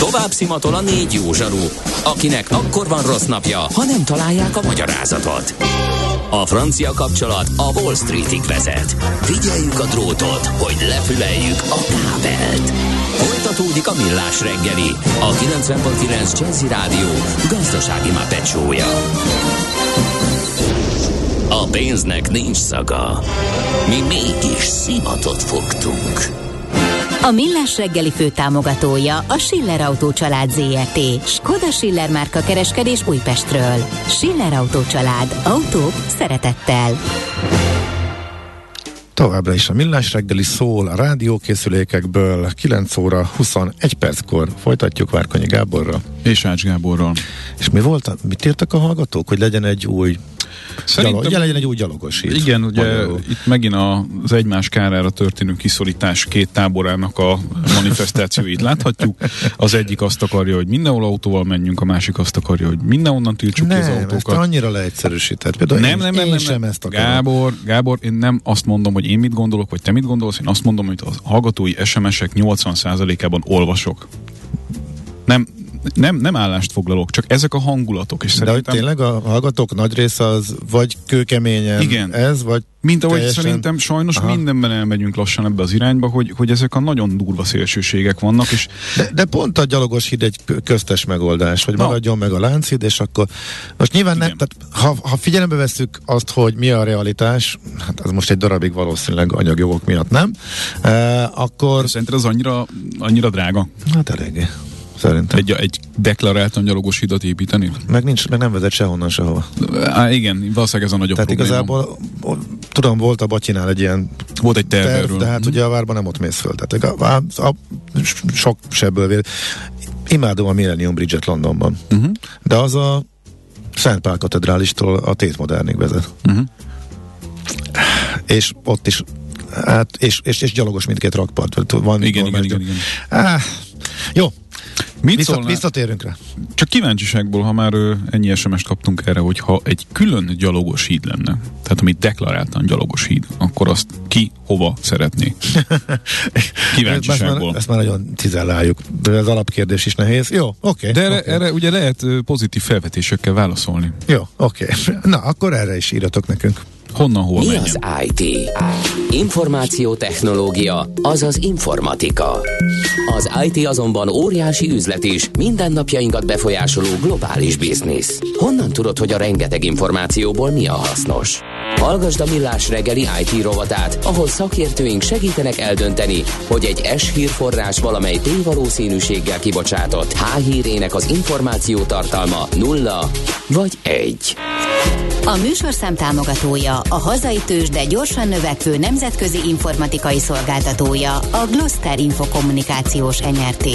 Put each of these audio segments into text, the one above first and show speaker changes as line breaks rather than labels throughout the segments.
Tovább szimatol a 4 jó zsaru, akinek akkor van rossz napja, ha nem találják a magyarázatot. A francia kapcsolat a Wall Streetig vezet. Figyeljük a drótot, hogy lefüleljük a kábelt. Folytatódik a Millás reggeli, a 90.9 Jazzy Rádió gazdasági Muppet show-ja. A pénznek nincs szaga. Mi mégis szimatot fogtunk.
A Millás reggeli főtámogatója a Schiller Autó család ZRT. Skoda Schiller márka kereskedés Újpestről. Schiller Autó család. Autók szeretettel.
Továbbra is a Millás reggeli szól a rádiókészülékekből. 9 óra 21 perckor folytatjuk Várkonyi Gáborral.
És Ács Gáborral.
És mit írtak a hallgatók, hogy legyen egy új legyen egy új gyalogos híd?
Igen, ugye itt megint az egymás kárára történő kiszorítás két táborának a manifestációit láthatjuk. Az egyik azt akarja, hogy mindenhol autóval menjünk, a másik azt akarja, hogy mindenhonnan tiltsuk ki az autókat.
Nem, annyira leegyszerűsített. Például
nem.
Sem ezt akarom.
Gábor, én nem azt mondom, hogy én mit gondolok, vagy te mit gondolsz, én azt mondom, hogy a hallgatói SMS-ek 80%-ában olvasok. Nem állást foglalok, csak ezek a hangulatok. És
de hogy tényleg a hallgatók nagy része az vagy kőkeményen
igen.
Ez, vagy
mint ahogy
teljesen...
szerintem sajnos mindenben elmegyünk lassan ebbe az irányba, hogy ezek a nagyon durva szélsőségek vannak. És
de pont a gyalogos híd egy köztes megoldás, hogy maradjon meg a Lánchíd, és akkor most nyilván nem, tehát ha figyelembe vesszük azt, hogy mi a realitás, hát az most egy darabig valószínűleg anyagjogok miatt nem, akkor...
Szerinted az annyira drága?
Hát eléggé. Szerintem.
Egy deklaráltan gyalogos hidat építeni?
Meg nem vezet sehonnan sehova.
Igen, valószínűleg ez a nagyobb
tehát
probléma.
igazából, tudom, volt a Batyinál egy ilyen
volt egy terv,
de hát ugye a várban nem ott mész föl. Tehát sok sebből vér. Imádom a Millennium Bridge-et Londonban. De az a Szent Pál katedrálistól a Tate Modernig vezet. És ott is és gyalogos mindkét rakpart. Van
igen.
Jó.
Visszatérünk rá. Csak kíváncsiságból, ha már ennyi SMS-t kaptunk erre, hogyha egy külön gyalogos híd lenne, tehát ami deklaráltan gyalogos híd, akkor azt ki hova szeretné? Kíváncsiságból.
Ezt már nagyon cizelláljuk, de az alapkérdés is nehéz. Jó, oké.
De erre ugye lehet pozitív felvetésekkel válaszolni.
Jó, oké. Na, akkor erre is írjatok nekünk.
Honnan, hova menjen?
Mi az IT? Információtechnológia, azaz informatika. Az IT azonban óriási üzlet is, mindennapjainkat befolyásoló globális biznisz. Honnan tudod, hogy a rengeteg információból mi a hasznos? Hallgasd a Millás reggeli IT rovatát, ahol szakértőink segítenek eldönteni, hogy egy S-hírforrás valamely tévalószínűséggel kibocsátott H-hírének az információ tartalma 0 vagy 1.
A műsorszám támogatója, a hazai tőzsde gyorsan növekvő nemzetközi informatikai szolgáltatója, a Gloster Infokommunikációs Nrt.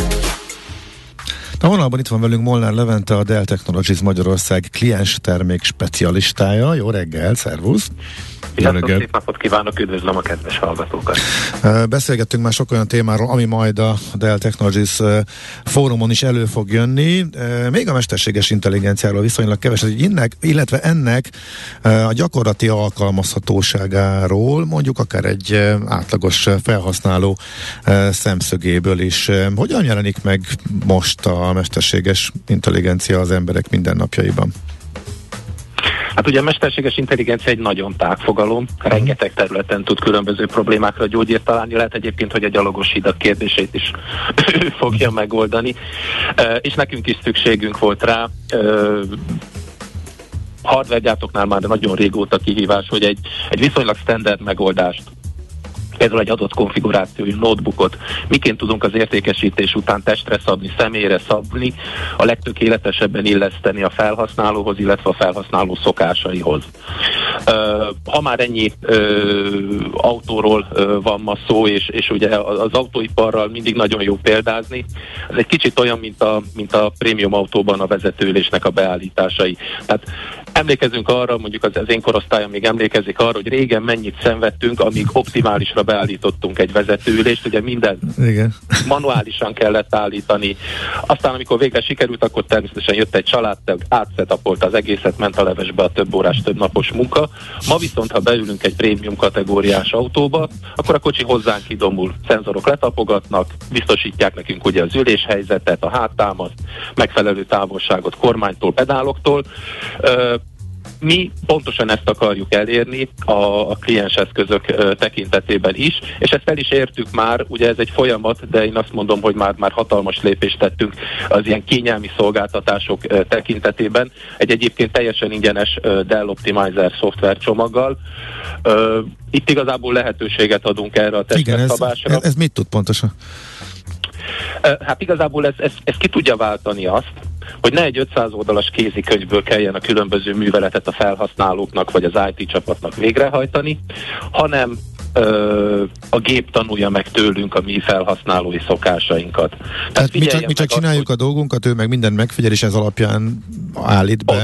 A vonalban itt van velünk Molnár Levente, a Dell Technologies Magyarország kliens termék specialistája. Jó reggel, szervusz!
Sziasztok, szép napot kívánok, üdvözlöm a kedves hallgatókat!
Beszélgettünk már sok olyan témáról, ami majd a Dell Technologies fórumon is elő fog jönni. Még a mesterséges intelligenciáról viszonylag keveset, illetve ennek a gyakorlati alkalmazhatóságáról, mondjuk akár egy átlagos felhasználó szemszögéből is. Hogyan jelenik meg most a mesterséges intelligencia az emberek mindennapjaiban?
Hát ugye a mesterséges intelligencia egy nagyon tág fogalom, rengeteg területen tud különböző problémákra gyógyírt találni, lehet egyébként, hogy a gyalogos hidak kérdését is ő fogja megoldani, és nekünk is szükségünk volt rá. Hardware-gyártóknál már nagyon régóta kihívás, hogy egy viszonylag standard megoldást, például egy adott konfigurációjú notebookot miként tudunk az értékesítés után testre szabni, személyre szabni, a legtökéletesebben illeszteni a felhasználóhoz, illetve a felhasználó szokásaihoz. Ha már ennyi autóról van ma szó, és ugye az autóiparral mindig nagyon jó példázni, ez egy kicsit olyan, mint a prémium autóban a vezetőülésnek a beállításai. Tehát emlékezünk arra, mondjuk az én korosztályom még emlékezik arra, hogy régen mennyit szenvedtünk, amíg optimálisra beállítottunk egy vezetőülést, ugye minden manuálisan kellett állítani. Aztán amikor végre sikerült, akkor természetesen jött egy családtag, átszetapolta az egészet, ment a levesbe a több órás, több napos munka. Ma viszont, ha beülünk egy prémium kategóriás autóba, akkor a kocsi hozzánk idomul, szenzorok letapogatnak, biztosítják nekünk ugye az üléshelyzetet, a háttámaszt, megfelelő távolságot kormánytól, pedáloktól. Mi pontosan ezt akarjuk elérni a klienseszközök tekintetében is, és ezt el is értük már, ugye ez egy folyamat, de én azt mondom, hogy már hatalmas lépést tettünk az ilyen kényelmi szolgáltatások tekintetében. Egy egyébként teljesen ingyenes Dell Optimizer szoftvercsomaggal. Itt igazából lehetőséget adunk erre a tesztszabásra.
Ez mit tud pontosan?
Hát igazából ez ki tudja váltani azt, hogy ne egy 500 oldalas kézikönyvből kelljen a különböző műveletet a felhasználóknak vagy az IT csapatnak végrehajtani, hanem a gép tanulja meg tőlünk a mi felhasználói szokásainkat.
Tehát mi csak csináljuk a dolgunkat, ő meg mindent megfigyel, és ez alapján állít be.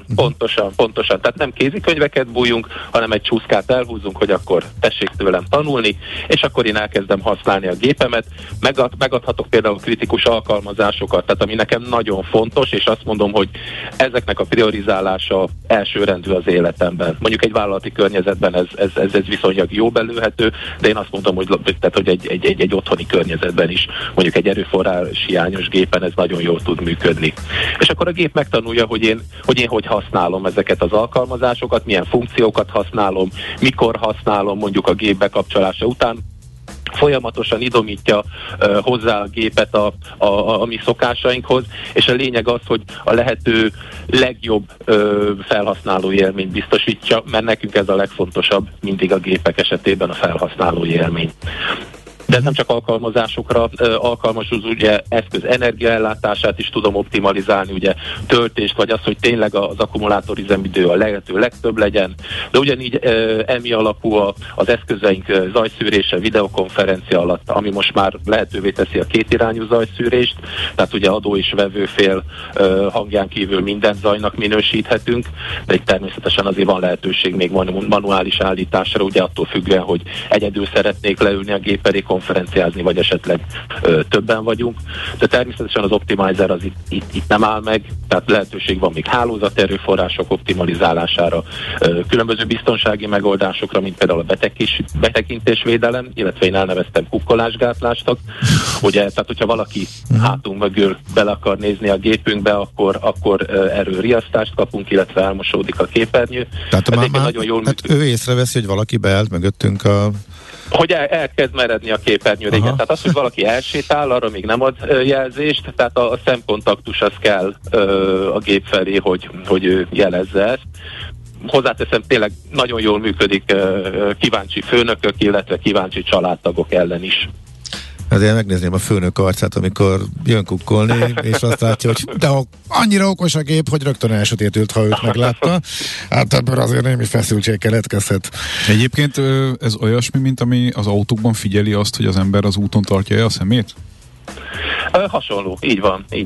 Pontosan. Tehát nem kézikönyveket bújjunk, hanem egy csúszkát elhúzunk, hogy akkor tessék tőlem tanulni, és akkor én elkezdem használni a gépemet. Megadhatok például kritikus alkalmazásokat, tehát ami nekem nagyon fontos, és azt mondom, hogy ezeknek a priorizálása elsőrendű az életemben. Mondjuk egy vállalati környezetben ez viszonylag jó belőhető, de én azt mondom, hogy egy otthoni környezetben is, mondjuk egy erőforrás hiányos gépen ez nagyon jól tud működni. És akkor a gép megtanulja, hogy én hogy használom ezeket az alkalmazásokat, milyen funkciókat használom, mikor használom, mondjuk a gép bekapcsolása után, folyamatosan idomítja hozzá a gépet a mi szokásainkhoz, és a lényeg az, hogy a lehető legjobb felhasználói élményt biztosítja, mert nekünk ez a legfontosabb mindig a gépek esetében a felhasználói élmény. De ez nem csak alkalmazásokra alkalmas, ugye eszköz energiaellátását is tudom optimalizálni, ugye töltést, vagy az, hogy tényleg az akkumulátor üzemidő a lehető legtöbb legyen. De ugyanígy EMI alapú az eszközeink zajszűrése videokonferencia alatt, ami most már lehetővé teszi a kétirányú zajszűrést, tehát ugye adó és vevőfél hangján kívül minden zajnak minősíthetünk, de itt természetesen azért van lehetőség még manuális állításra, ugye attól függően, hogy egyedül szeretnék leülni a gép elé konferenciázni, vagy esetleg többen vagyunk. De természetesen az Optimizer az itt nem áll meg, tehát lehetőség van még hálózaterőforrások optimalizálására, különböző biztonsági megoldásokra, mint például a betekintésvédelem, illetve én elneveztem kukkolásgátlásnak. Ugye, tehát hogyha valaki hátunk mögül bele akar nézni a gépünkbe, akkor erőriasztást kapunk, illetve elmosódik a képernyő.
Tehát nagyon jól ő észreveszi, hogy valaki beállt mögöttünk
hogy elkezd meredni a képernyő régen. Tehát az, hogy valaki elsétál, arra még nem ad jelzést, tehát a szemkontaktus az kell a gép felé, hogy ő jelezze ezt. Hozzáteszem, tényleg nagyon jól működik kíváncsi főnökök, illetve kíváncsi családtagok ellen is.
Ezért megnézném a főnök arcát, amikor jön kukkolni, és azt látja, hogy de annyira okos a gép, hogy rögtön elsötétült, ha őt meglátta. Hát ebből azért némi feszültség keletkezhet.
Egyébként ez olyasmi, mint ami az autókban figyeli azt, hogy az ember az úton tartja a szemét?
Hasonló, így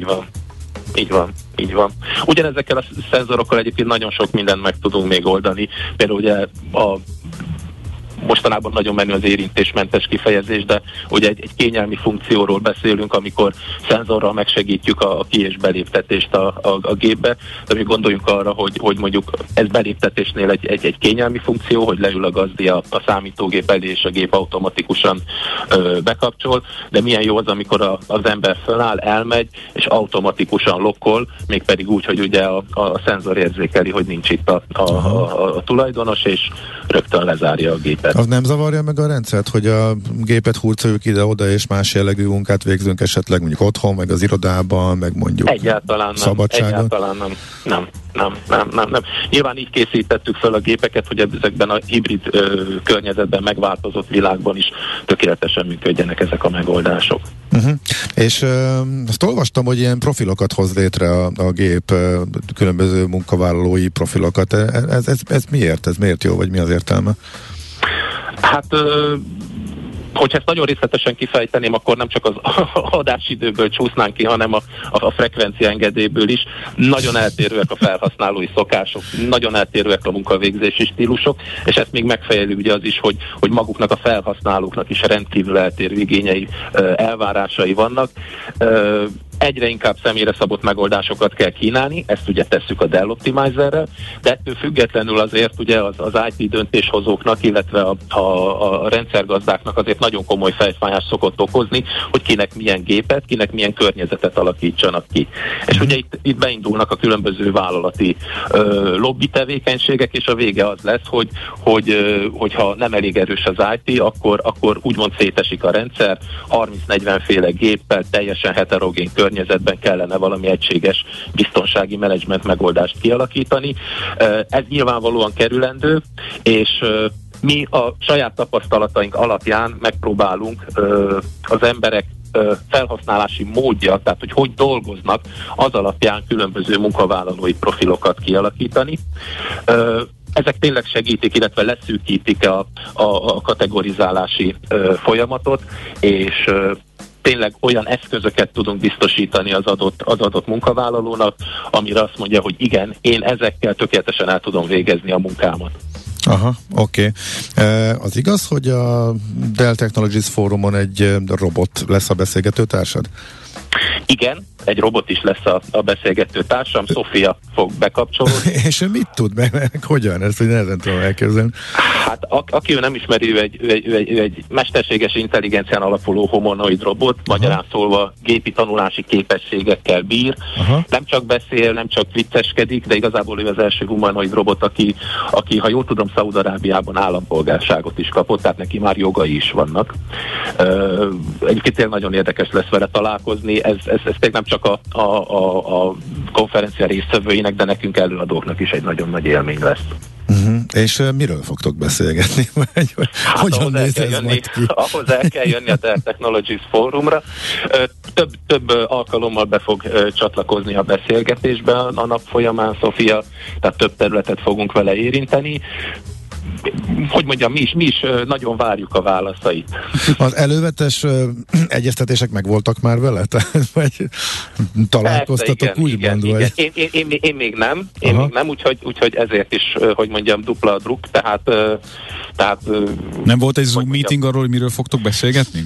van. Ugyanezekkel a szenzorokkal egyébként nagyon sok mindent meg tudunk még oldani. Például ugye mostanában nagyon menő az érintésmentes kifejezés, de ugye egy kényelmi funkcióról beszélünk, amikor szenzorral megsegítjük a ki- és beléptetést a gépbe, de mi gondoljunk arra, hogy mondjuk ez beléptetésnél egy kényelmi funkció, hogy leül a gazdi a számítógép elé, és a gép automatikusan bekapcsol, de milyen jó az, amikor az ember föláll, elmegy, és automatikusan lokkol, mégpedig úgy, hogy ugye a szenzor érzékeli, hogy nincs itt a tulajdonos, és rögtön lezárja a gépet.
Az nem zavarja meg a rendszert, hogy a gépet hurcoljuk ide-oda, és más jellegű munkát végzünk esetleg mondjuk otthon, meg az irodában, meg mondjuk szabadságon?
Egyáltalán nem. Nyilván így készítettük fel a gépeket, hogy ezekben a hibrid környezetben megváltozott világban is tökéletesen működjenek ezek a megoldások.
És azt olvastam, hogy ilyen profilokat hoz létre a gép, különböző munkavállalói profilokat. Ez miért? Ez miért jó, vagy mi az értelme?
Hát Hogyha ezt nagyon részletesen kifejteném, akkor nem csak az adásidőből csúsznánk ki, hanem a frekvencia engedélyből is. Nagyon eltérőek a felhasználói szokások, nagyon eltérőek a munkavégzési stílusok, és ezt még megfejeli ugye az is, hogy maguknak a felhasználóknak is rendkívül eltérő igényei, elvárásai vannak. Egyre inkább személyre szabott megoldásokat kell kínálni, ezt ugye tesszük a Dell Optimizerrel, de ettől függetlenül azért ugye az IT döntéshozóknak, illetve a rendszergazdáknak azért nagyon komoly fejfájást szokott okozni, hogy kinek milyen gépet, kinek milyen környezetet alakítsanak ki. És ugye itt beindulnak a különböző vállalati lobby tevékenységek, és a vége az lesz, hogyha nem elég erős az IT, akkor úgymond szétesik a rendszer, 30-40 féle géppel, teljesen heterogén környezetben kellene valami egységes biztonsági menedzsment megoldást kialakítani. Ez nyilvánvalóan kerülendő, és mi a saját tapasztalataink alapján megpróbálunk az emberek felhasználási módja, tehát hogy dolgoznak, az alapján különböző munkavállalói profilokat kialakítani. Ezek tényleg segítik, illetve leszűkítik a kategorizálási folyamatot, és tényleg olyan eszközöket tudunk biztosítani az adott munkavállalónak, amire azt mondja, hogy igen, én ezekkel tökéletesen el tudom végezni a munkámat.
Aha, oké. Az igaz, hogy a Dell Technologies fórumon egy robot lesz a beszélgető társad?
Igen, egy robot is lesz a beszélgető társam, Sofia fog bekapcsolódni.
És ő mit tud, meg hogyan? Ezt hogy nehezen tudom elképzelni.
Hát aki ő nem ismeri, ő egy mesterséges intelligencián alapuló humanoid robot, magyarán szólva gépi tanulási képességekkel bír. Aha. Nem csak beszél, nem csak vicceskedik, de igazából ő az első humanoid robot, aki ha jól tudom, Szaúd-Arábiában állampolgárságot is kapott, tehát neki már jogai is vannak. Egyébként nagyon érdekes lesz vele találkozni, ez nem csak a konferencia résztvevőinek, de nekünk előadóknak is egy nagyon nagy élmény lesz.
És miről fogtok beszélgetni? Hogyan néz ez majd ki?
Ahhoz el kell jönni a Dell Technologies fórumra. Több alkalommal be fog csatlakozni a beszélgetésbe a nap folyamán Sofia, tehát több területet fogunk vele érinteni. Hogy mondjam, mi is nagyon várjuk a válaszait. Az
előzetes egyeztetések megvoltak már vele? Vagy találkoztatok úgymond?
Igen. Én még nem, úgyhogy ezért is, hogy mondjam, dupla a druk, tehát
nem volt egy Zoom meeting arról, hogy miről fogtok beszélgetni?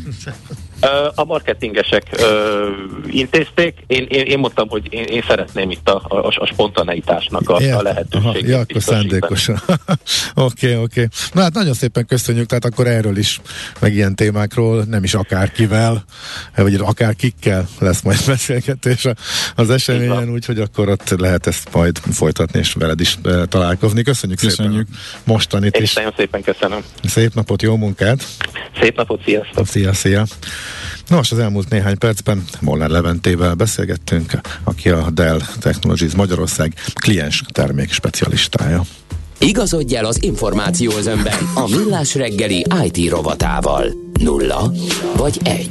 A marketingesek intézték, én mondtam, hogy én szeretném itt a spontaneitásnak a lehetőségét.
Ja, akkor szándékosan. Oké. Na hát nagyon szépen köszönjük, tehát akkor erről is, meg ilyen témákról, nem is akárkivel, vagy akárkikkel lesz majd beszélgetés az eseményen, úgyhogy akkor ott lehet ezt majd folytatni, és veled is találkozni. Köszönjük szépen mostanit is.
Nagyon szépen köszönöm.
Szép napot, jó munkát!
Szép napot, sziasztok!
Szia! Nos, az elmúlt néhány percben Molnár Leventével beszélgettünk, aki a Dell Technologies Magyarország kliens termék specialistája.
Igazodj el az információzömben a Millás reggeli IT rovatával. 0 vagy 1.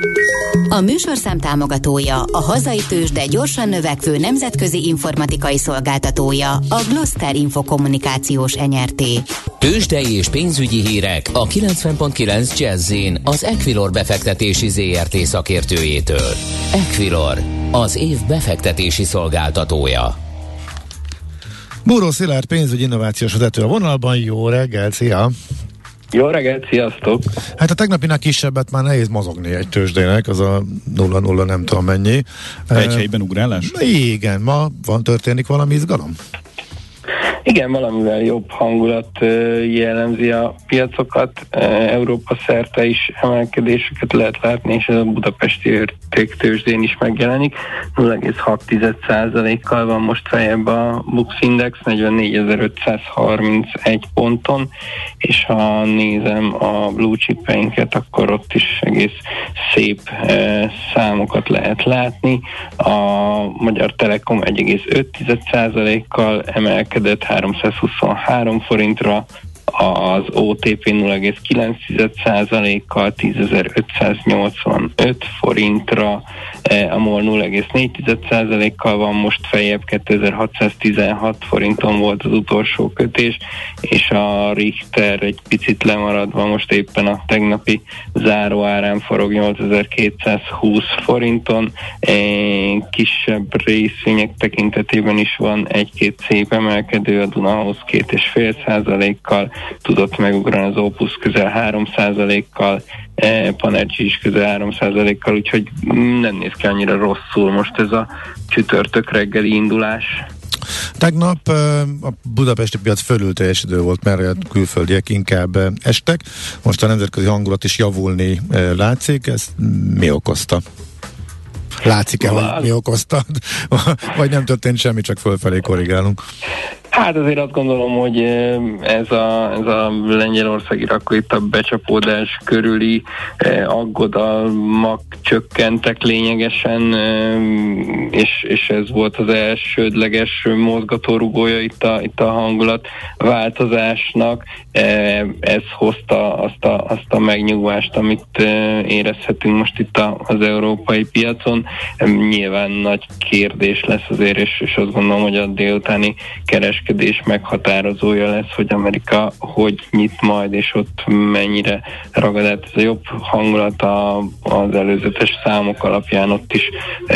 A műsorszám támogatója, a hazai tőzsde gyorsan növekvő nemzetközi informatikai szolgáltatója, a Gloster Infokommunikációs Nrt.
Tőzsdei és pénzügyi hírek a 90.9 Jazz-in az Equilor befektetési ZRT szakértőjétől. Equilor, az év befektetési szolgáltatója.
Búró Szilárd pénzügyi innovációs vezető a vonalban. Jó reggelt, szia!
Jó reggelt, sziasztok!
Hát a tegnapinál kisebbet már nehéz mozogni egy tőzsdének, az a 0-0 nem tudom mennyi.
Egy helyben ugrálás?
Igen, történik valami izgalom?
Igen, valamivel jobb hangulat jellemzi a piacokat. Európa szerte is emelkedéseket lehet látni, és ez a budapesti értéktőzsdén is megjelenik. 0,6%-kal van most feljebb a Bux Index, 44.531 ponton, és ha nézem a blue chipeinket, akkor ott is egész szép számokat lehet látni. A Magyar Telekom 1,5%-kal emelkedett 323 forintra, az OTP 0,9%-kal 10.585 forintra, a MOL 0,4%-kal van most feljebb, 2616 forinton volt az utolsó kötés, és a Richter egy picit lemaradva, most éppen a tegnapi záróárán forog 8220 forinton. Kisebb részvények tekintetében is van egy-két szép emelkedő, a Dunahouse 2,5%-kal tudott megugrani, az Opus közel 3%-kal, Panergy is közel 3%-kal, úgyhogy nem néz ki annyira rosszul most ez a csütörtök reggeli indulás.
Tegnap a budapesti piac fölül teljesítő volt, mert a külföldiek inkább estek. Most a nemzetközi hangulat is javulni látszik. Ez mi okozta? Látszik-e, hogy mi okozta? Vagy nem történt semmi, csak fölfelé korrigálunk?
Hát azért azt gondolom, hogy ez a lengyelországi rakéta becsapódás körüli aggodalmak csökkentek lényegesen, és ez volt az elsődleges mozgatórugója itt a hangulat változásnak. Ez hozta azt a megnyugvást, amit érezhetünk most itt az európai piacon. Nyilván nagy kérdés lesz azért, és azt gondolom, hogy a délutáni kereskedés meghatározója lesz, hogy Amerika hogy nyit majd, és ott mennyire ragad át ez a jobb hangulat az előzetes számok alapján, ott is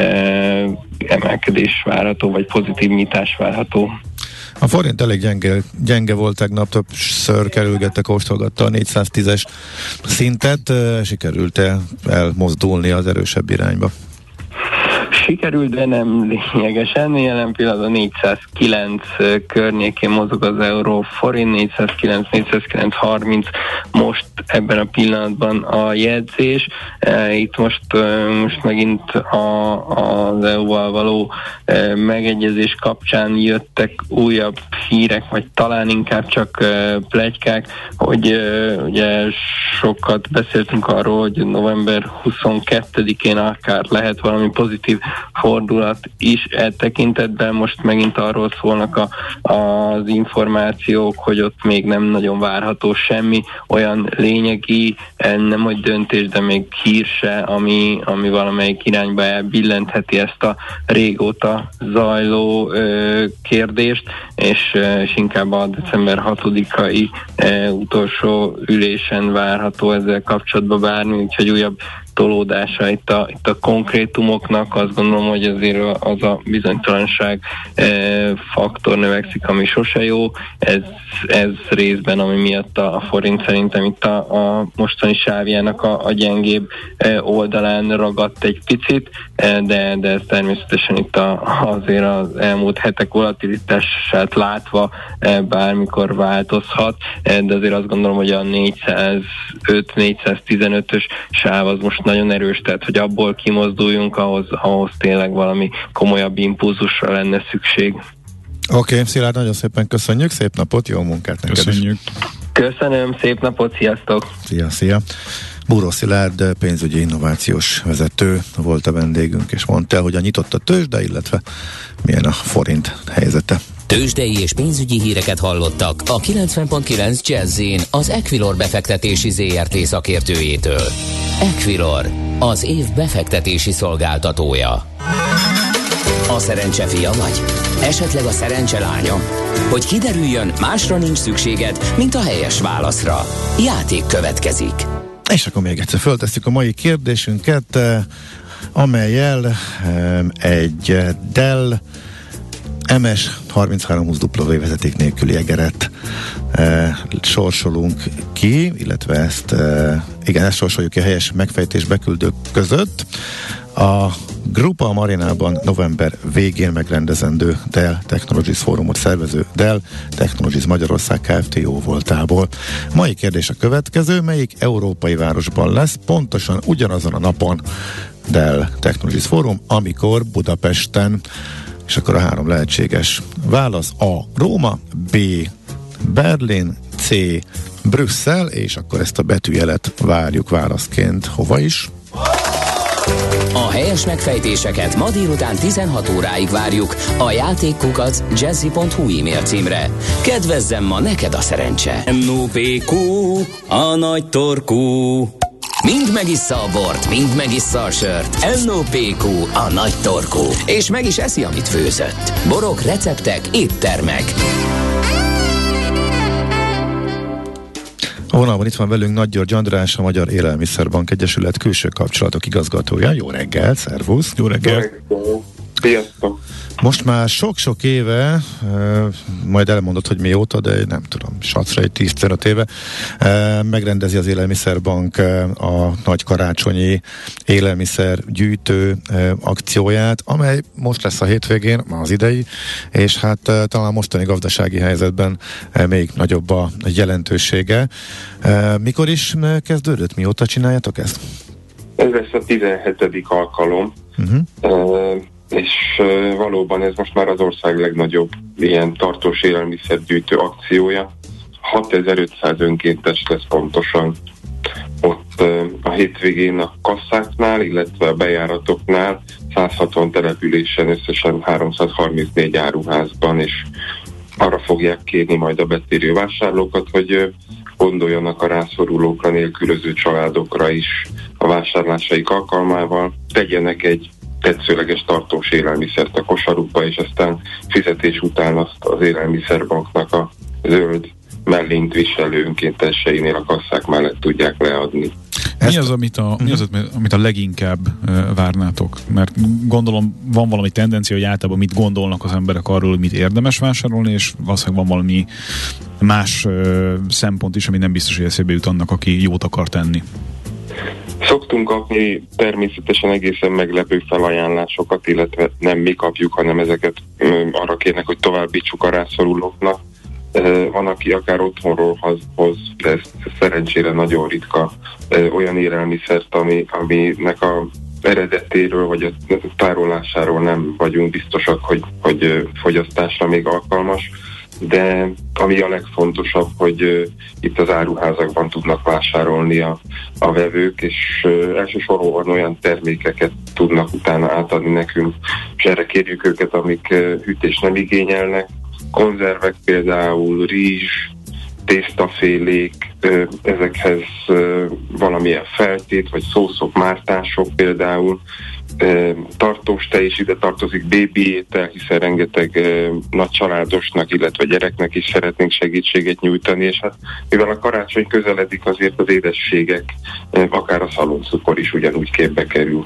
emelkedés várható, vagy pozitív nyitás várható.
A forint elég gyenge volt tegnap, többször kerülgette, kóstolgatta a 410-es szintet, sikerült elmozdulni az erősebb irányba?
Sikerült, de nem lényegesen. Jelen pillanatban 409 környékén mozog az euró forint, 409-409-30 most ebben a pillanatban a jegyzés. Itt most megint az EU-val való megegyezés kapcsán jöttek újabb hírek, vagy talán inkább csak pletykák, hogy ugye sokat beszéltünk arról, hogy november 22-én akár lehet valami pozitív fordulat is tekintetben. Most megint arról szólnak az információk, hogy ott még nem nagyon várható semmi olyan lényegi, nem hogy döntés, de még hír se, ami valamelyik irányba elbillentheti ezt a régóta zajló kérdést, és inkább a december 6-ai utolsó ülésen várható ezzel kapcsolatban bármi, úgyhogy újabb tolódása itt a konkrétumoknak. Azt gondolom, hogy azért az a bizonytalanság faktor növekszik, ami sose jó. Ez részben, ami miatt a forint szerintem itt a mostani sávjának a gyengébb oldalán ragadt egy picit, de ez természetesen itt azért az elmúlt hetek volatilitását látva bármikor változhat, de azért azt gondolom, hogy a 405-415-ös sáv az most nagyon erős, tehát hogy abból kimozduljunk, ahhoz tényleg valami komolyabb impulzusra lenne szükség.
Oké, Szilárd, nagyon szépen köszönjük, szép napot, jó munkát neked.
Köszönjük.
Köszönöm, szép napot, sziasztok!
Szia! Búró Szilárd, pénzügyi innovációs vezető volt a vendégünk, és mondta el, hogy a nyitott a tőzsde, illetve milyen a forint helyzete.
Tőzsdei és pénzügyi híreket hallottak a 90.9 Jazz-in az Equilor befektetési ZRT szakértőjétől. Equilor, az év befektetési szolgáltatója. A szerencse fia vagy? Esetleg a szerencse lánya? Hogy kiderüljön, másra nincs szükséged, mint a helyes válaszra. Játék következik.
És akkor még egyszer föltesszük a mai kérdésünket, amellyel egy Dell MS 3320W vezeték nélküli egeret sorsolunk ki, illetve ezt sorsoljuk ki a helyes megfejtés beküldők között. A Grupa Marinában november végén megrendezendő Dell Technologies fórumot szervező Dell Technologies Magyarország Kft. Jó voltából. Mai kérdés a következő: melyik európai városban lesz pontosan ugyanazon a napon Dell Technologies fórum, amikor Budapesten? És akkor a 3 lehetséges válasz: A. Róma, B. Berlin, C. Brüsszel, és akkor ezt a betűjelet várjuk válaszként hova is.
A helyes megfejtéseket ma délután 16 óráig várjuk a játékkukac jazzy.hu e-mail címre. Kedvezzem ma neked a szerencse! NOPQ, a nagy torkú. Mind megissza a bort, mind megissza a sört. NOPQ, a nagy torkú. És meg is eszi, amit főzött. Borok, receptek, éttermek.
A vonalban itt van velünk Nagy György András, a Magyar Élelmiszerbank Egyesület külső kapcsolatok igazgatója. Jó reggel, szervusz! Jó reggel!
Sziasztok!
Most már sok-sok éve, majd elmondod, hogy mióta, de nem tudom, sacra egy 10-15 éve, megrendezi az Élelmiszerbank a nagy karácsonyi élelmiszergyűjtő akcióját, amely most lesz a hétvégén, az idei, és hát talán mostani gazdasági helyzetben még nagyobb a jelentősége. Mikor is kezdődött? Mióta csináljátok ezt?
Ez lesz a 17. alkalom. És valóban ez most már az ország legnagyobb ilyen tartós élelmiszergyűjtő akciója. 6500 önkéntes lesz pontosan ott a hétvégén a kasszáknál, illetve a bejáratoknál, 160 településen, összesen 334 áruházban, és arra fogják kérni majd a betérő vásárlókat, hogy gondoljanak a rászorulókra, nélkülöző családokra is a vásárlásaik alkalmával, tegyenek egy tetszőleges tartós élelmiszert a kosarukba, és aztán fizetés után azt az élelmiszerbanknak a zöld mellényt viselő önkénteseinél a kasszák mellett tudják leadni.
Mi az, amit a leginkább várnátok? Mert gondolom van valami tendencia, hogy általában mit gondolnak az emberek arról, hogy mit érdemes vásárolni, és valószínűleg van valami más szempont is, ami nem biztos, hogy eszébe jut annak, aki jót akar tenni.
Szoktunk kapni természetesen egészen meglepő felajánlásokat, illetve nem mi kapjuk, hanem ezeket arra kérnek, hogy továbbítsuk a rászorulóknak. Van, aki akár otthonról hoz, de ez szerencsére nagyon ritka, olyan élelmiszert, aminek a eredetéről vagy a tárolásáról nem vagyunk biztosak, hogy fogyasztásra még alkalmas. De ami a legfontosabb, hogy itt az áruházakban tudnak vásárolni a vevők, és elsősorban olyan termékeket tudnak utána átadni nekünk, és erre kérjük őket, amik hűtést nem igényelnek, konzervek például, rizs, tésztafélék, ezekhez valamilyen feltét, vagy szószok, mártások például, tartós tej is ide tartozik, bébi étel, hiszen rengeteg nagy családosnak, illetve gyereknek is szeretnénk segítséget nyújtani, és hát mivel a karácsony közeledik, azért az édességek, akár a szaloncukor is ugyanúgy képbe kerül.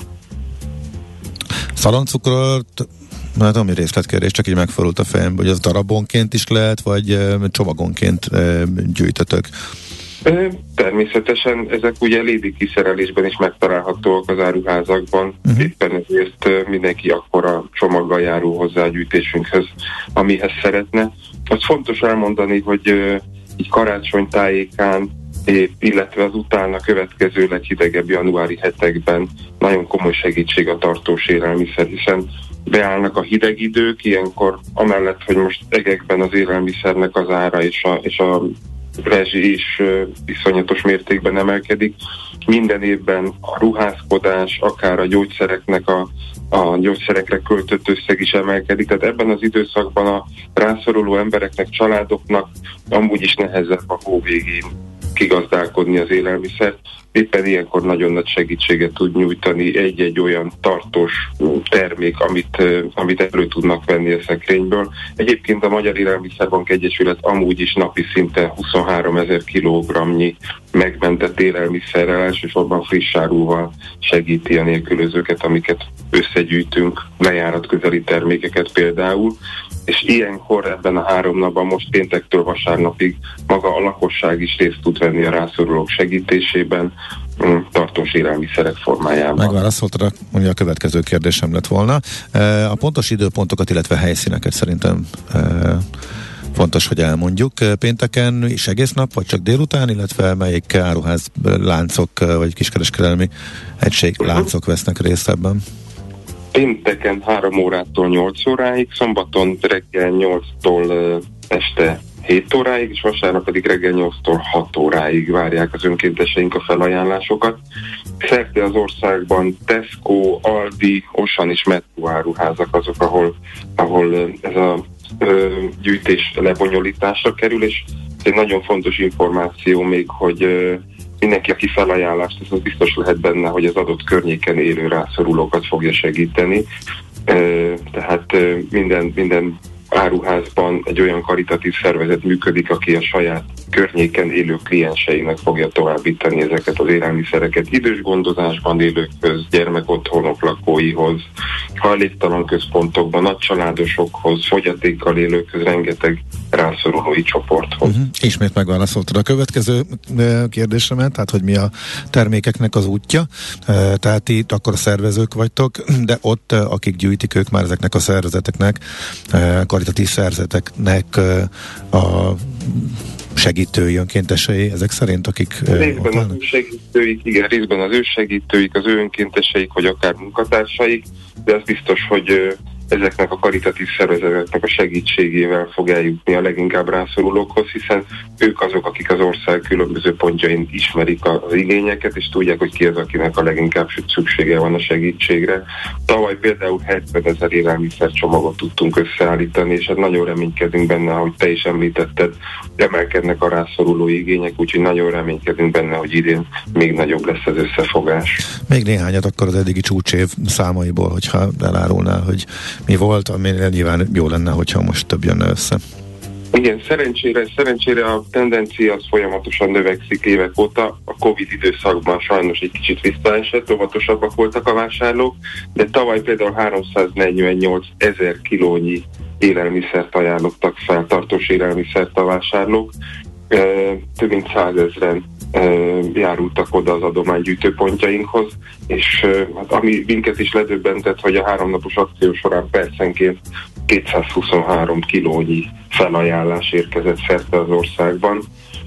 Szaloncukrot, hát ami részletkérdés, csak így megfordult a fejembe, hogy az darabonként is lehet, vagy csomagonként gyűjtötök?
Természetesen ezek ugye lédi kiszerelésben is megtalálhatóak az áruházakban, éppen ezért mindenki akkora csomaggal járul hozzá a gyűjtésünkhöz, amihez szeretne. Az fontos elmondani, hogy így karácsony tájékán, illetve az utána következő leghidegebb januári hetekben nagyon komoly segítség a tartós élelmiszer, hiszen beállnak a hideg idők, ilyenkor amellett, hogy most egekben az élelmiszernek az ára és a rezsi is iszonyatos mértékben emelkedik. Minden évben a ruházkodás, akár a gyógyszereknek a gyógyszerekre költött összeg is emelkedik. Tehát ebben az időszakban a rászoruló embereknek, családoknak amúgy is nehezebb a hó végén kigazdálkodni az élelmiszert. Éppen ilyenkor nagyon nagy segítséget tud nyújtani egy-egy olyan tartós termék, amit elő tudnak venni a szekrényből. Egyébként a Magyar Élelmiszerbank Egyesület amúgy is napi szinten 23 000 kilogramnyi megmentett élelmiszerrel, elsősorban friss árúval segíti a nélkülözőket, amiket összegyűjtünk, lejárat közeli termékeket például, és ilyenkor ebben a 3 napban, most péntektől vasárnapig maga a lakosság is részt tud venni a rászorulók segítésében, tartós élelmiszerek formájában.
Megválaszoltad, mondja, a következő kérdésem lett volna. A pontos időpontokat, illetve helyszíneket szerintem fontos, hogy elmondjuk. Pénteken is egész nap, vagy csak délután, illetve melyik áruház láncok, vagy kiskereskedelmi egység láncok vesznek részt ebben?
Pénteken 3 órától 8 óráig, szombaton reggel 8-tól este 7 óráig, és vasárnap pedig reggel 8-tól 6 óráig várják az önkénteseink a felajánlásokat. Szerte az országban Tesco, Aldi, Auchan és Metro áruházak azok, ahol ez a gyűjtés lebonyolításra kerül, és egy nagyon fontos információ még, hogy mindenki, aki felajánlást, az biztos lehet benne, hogy az adott környéken élő rászorulókat fogja segíteni. Tehát minden áruházban egy olyan karitatív szervezet működik, aki a saját környéken élő klienseinek fogja továbbítani ezeket az élelmiszereket idős gondozásban élőkhöz, gyermekotthonok lakóihoz, hajléktalan központokban, nagycsaládosokhoz, fogyatékkal élőkhöz, rengeteg rászorulói csoporthoz.
Ismét megválaszoltad a következő kérdésemet, tehát hogy mi a termékeknek az útja, tehát itt akkor a szervezők vagytok, de ott akik gyűjtik, ők már ezeknek a szervezeteknek, karitatív szervezeteknek a segítői, önkéntesei, ezek szerint, akik
részben az ő segítőik, igen, részben az ő segítőik, az ő önkénteseik, vagy akár munkatársaik, de az biztos, hogy ezeknek a karitatív szervezeteknek a segítségével fog eljutni a leginkább rászorulókhoz, hiszen ők azok, akik az ország különböző pontjain ismerik az igényeket, és tudják, hogy ki az, akinek a leginkább szüksége van a segítségre. Tavaly például 70 000 élelmiszercsomagot tudtunk összeállítani, és hát nagyon reménykedünk benne, ahogy te is említetted, emelkednek a rászoruló igények, úgyhogy nagyon reménykedünk benne, hogy idén még nagyobb lesz az összefogás.
Még néhányat akkor az eddigi csúcsév számaiból, hogyha elárulnál, hogy mi volt, amire nyilván jó lenne, hogyha most több jönne össze.
Igen, szerencsére a tendencia az folyamatosan növekszik évek óta. A Covid időszakban sajnos egy kicsit visszaesett, óvatosabbak voltak a vásárlók, de tavaly például 348 000 kilónyi élelmiszert ajánlottak fel, tartós élelmiszert a vásárlók. Több mint 100 000-en járultak oda az adománygyűjtőpontjainkhoz, és ami minket is ledöbbentett, hogy a 3 napos akció során percenként 223 kilónyi felajánlás érkezett szerte az országban.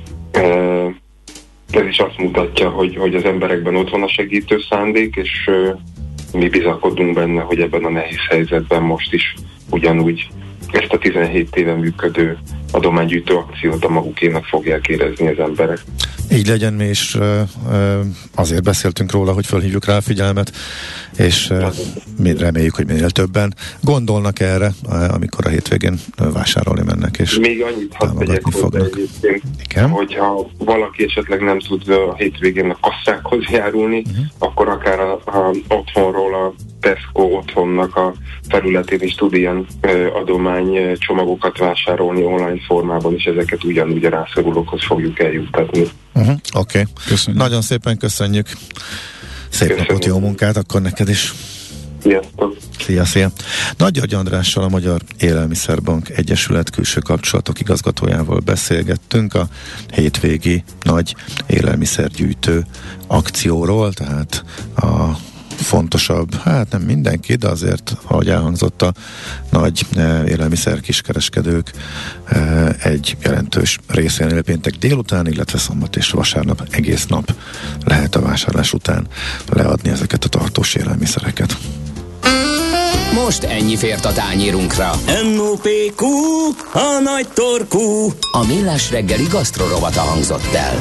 Ez is azt mutatja, hogy az emberekben ott van a segítő szándék, és mi bizakodunk benne, hogy ebben a nehéz helyzetben most is ugyanúgy ezt a 17 éve működő adománygyűjtő akciót a magukénak fogják érezni az emberek.
Így legyen, mi is azért beszéltünk róla, hogy felhívjuk rá a figyelmet, és mi reméljük, hogy minél többen gondolnak erre, amikor a hétvégén vásárolni mennek, és
még annyit hadd tegyek hozzá egyébként, hogyha valaki esetleg nem tud a hétvégén a kasszákhoz járulni, akkor akár a otthonról a Tesco otthonnak a területén is tud ilyen adománycsomagokat vásárolni online formában, és ezeket ugyanúgy a rászorulókhoz fogjuk eljuttatni.
Oké. Nagyon szépen köszönjük. Szép napot, jó munkát akkor neked is.
Sziasztok.
Szia. Nagy György Andrással, a Magyar Élelmiszerbank Egyesület külső kapcsolatok igazgatójával beszélgettünk a hétvégi nagy élelmiszergyűjtő akcióról, tehát a fontosabb, hát nem mindenki, de azért, ahogy elhangzott, a nagy élelmiszer kiskereskedők egy jelentős részénél péntek délután, illetve szombat és vasárnap egész nap lehet a vásárlás után leadni ezeket a tartós élelmiszereket.
Most ennyi fért a tányérunkra.
NOPQ, a nagy torkú.
A Millás reggeli gasztrorovata hangzott el.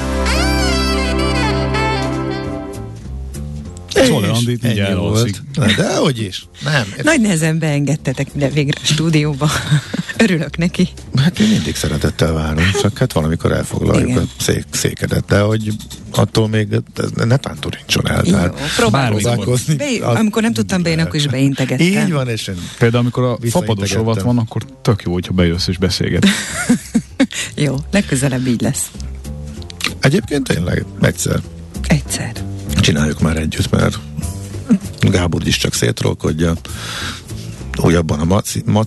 Szóval Andit így elolszik.
De hogy is? Nem.
Nagy nehezen beengedtetek ide végre a stúdióba. Örülök neki.
Hát mi mindig szeretettel várunk, csak hát valamikor elfoglaljuk
igen.
a székedet, de hogy attól még ne tántorítson el.
Tehát
próbálkozni.
Amikor nem tudtam bejönni, akkor is beintegettem.
Így van, és
például amikor a fapados rovat van, akkor tök jó, hogyha bejössz és beszélget.
Jó, legközelebb így lesz.
Egyébként tényleg egyszer. Csináljuk már együtt, mert Gábor is csak szétrolkodja. Újabban a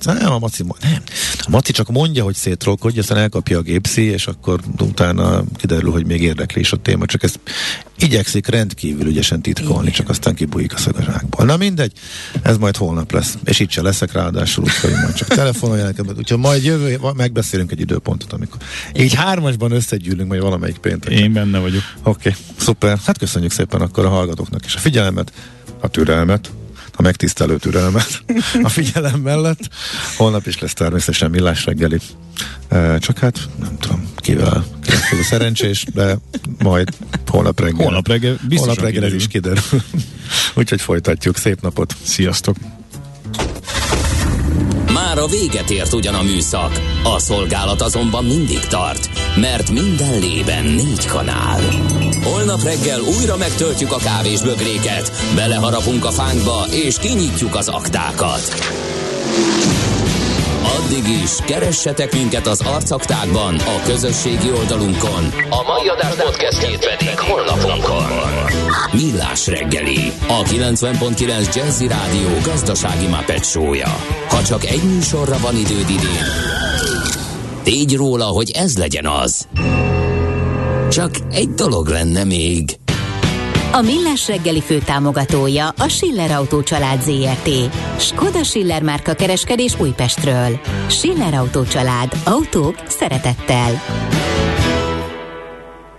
Maci csak mondja, hogy szétrolkodja, aztán elkapja a gépszi, és akkor utána kiderül, hogy még érdekli is a téma, csak ezt igyekszik rendkívül ügyesen titkolni, csak aztán kibújik a szögezsákból. Na mindegy, ez majd holnap lesz, és itt se leszek ráadásul, úgyhogy majd csak telefonoljanak, úgyhogy majd jövő, megbeszélünk egy időpontot, amikor így 3-asban összegyűlünk majd valamelyik pénteken.
Én benne vagyok.
Oké, szuper. Hát köszönjük szépen akkor a hallgatóknak és a figyelmet, a türelmet, a megtisztelő türelmet a figyelem mellett. Holnap is lesz természetesen Millás reggeli. Csak hát nem tudom kivel szerencsés, de majd holnap reggel ez is kiderül. Úgyhogy folytatjuk. Szép napot.
Sziasztok.
Már a véget ért ugyan a műszak, a szolgálat azonban mindig tart, mert minden lében 4 kanál. Holnap reggel újra megtöltjük a kávésbögréket, beleharapunk a fánkba és kinyitjuk az aktákat. Addig is keressetek minket az arcaktákban, a közösségi oldalunkon, a mai adás podcastjét pedig honlapunkon. Millás reggeli, a 90.9 Jazzy Rádió gazdasági Muppet show-ja. Ha csak egy műsorra van időd idén, tégy róla, hogy ez legyen az. Csak egy dolog lenne még.
A Millás reggeli főtámogatója a Schiller Autó család ZRT. Skoda Schiller márka kereskedés Újpestről. Schiller Autó család. Autók szeretettel.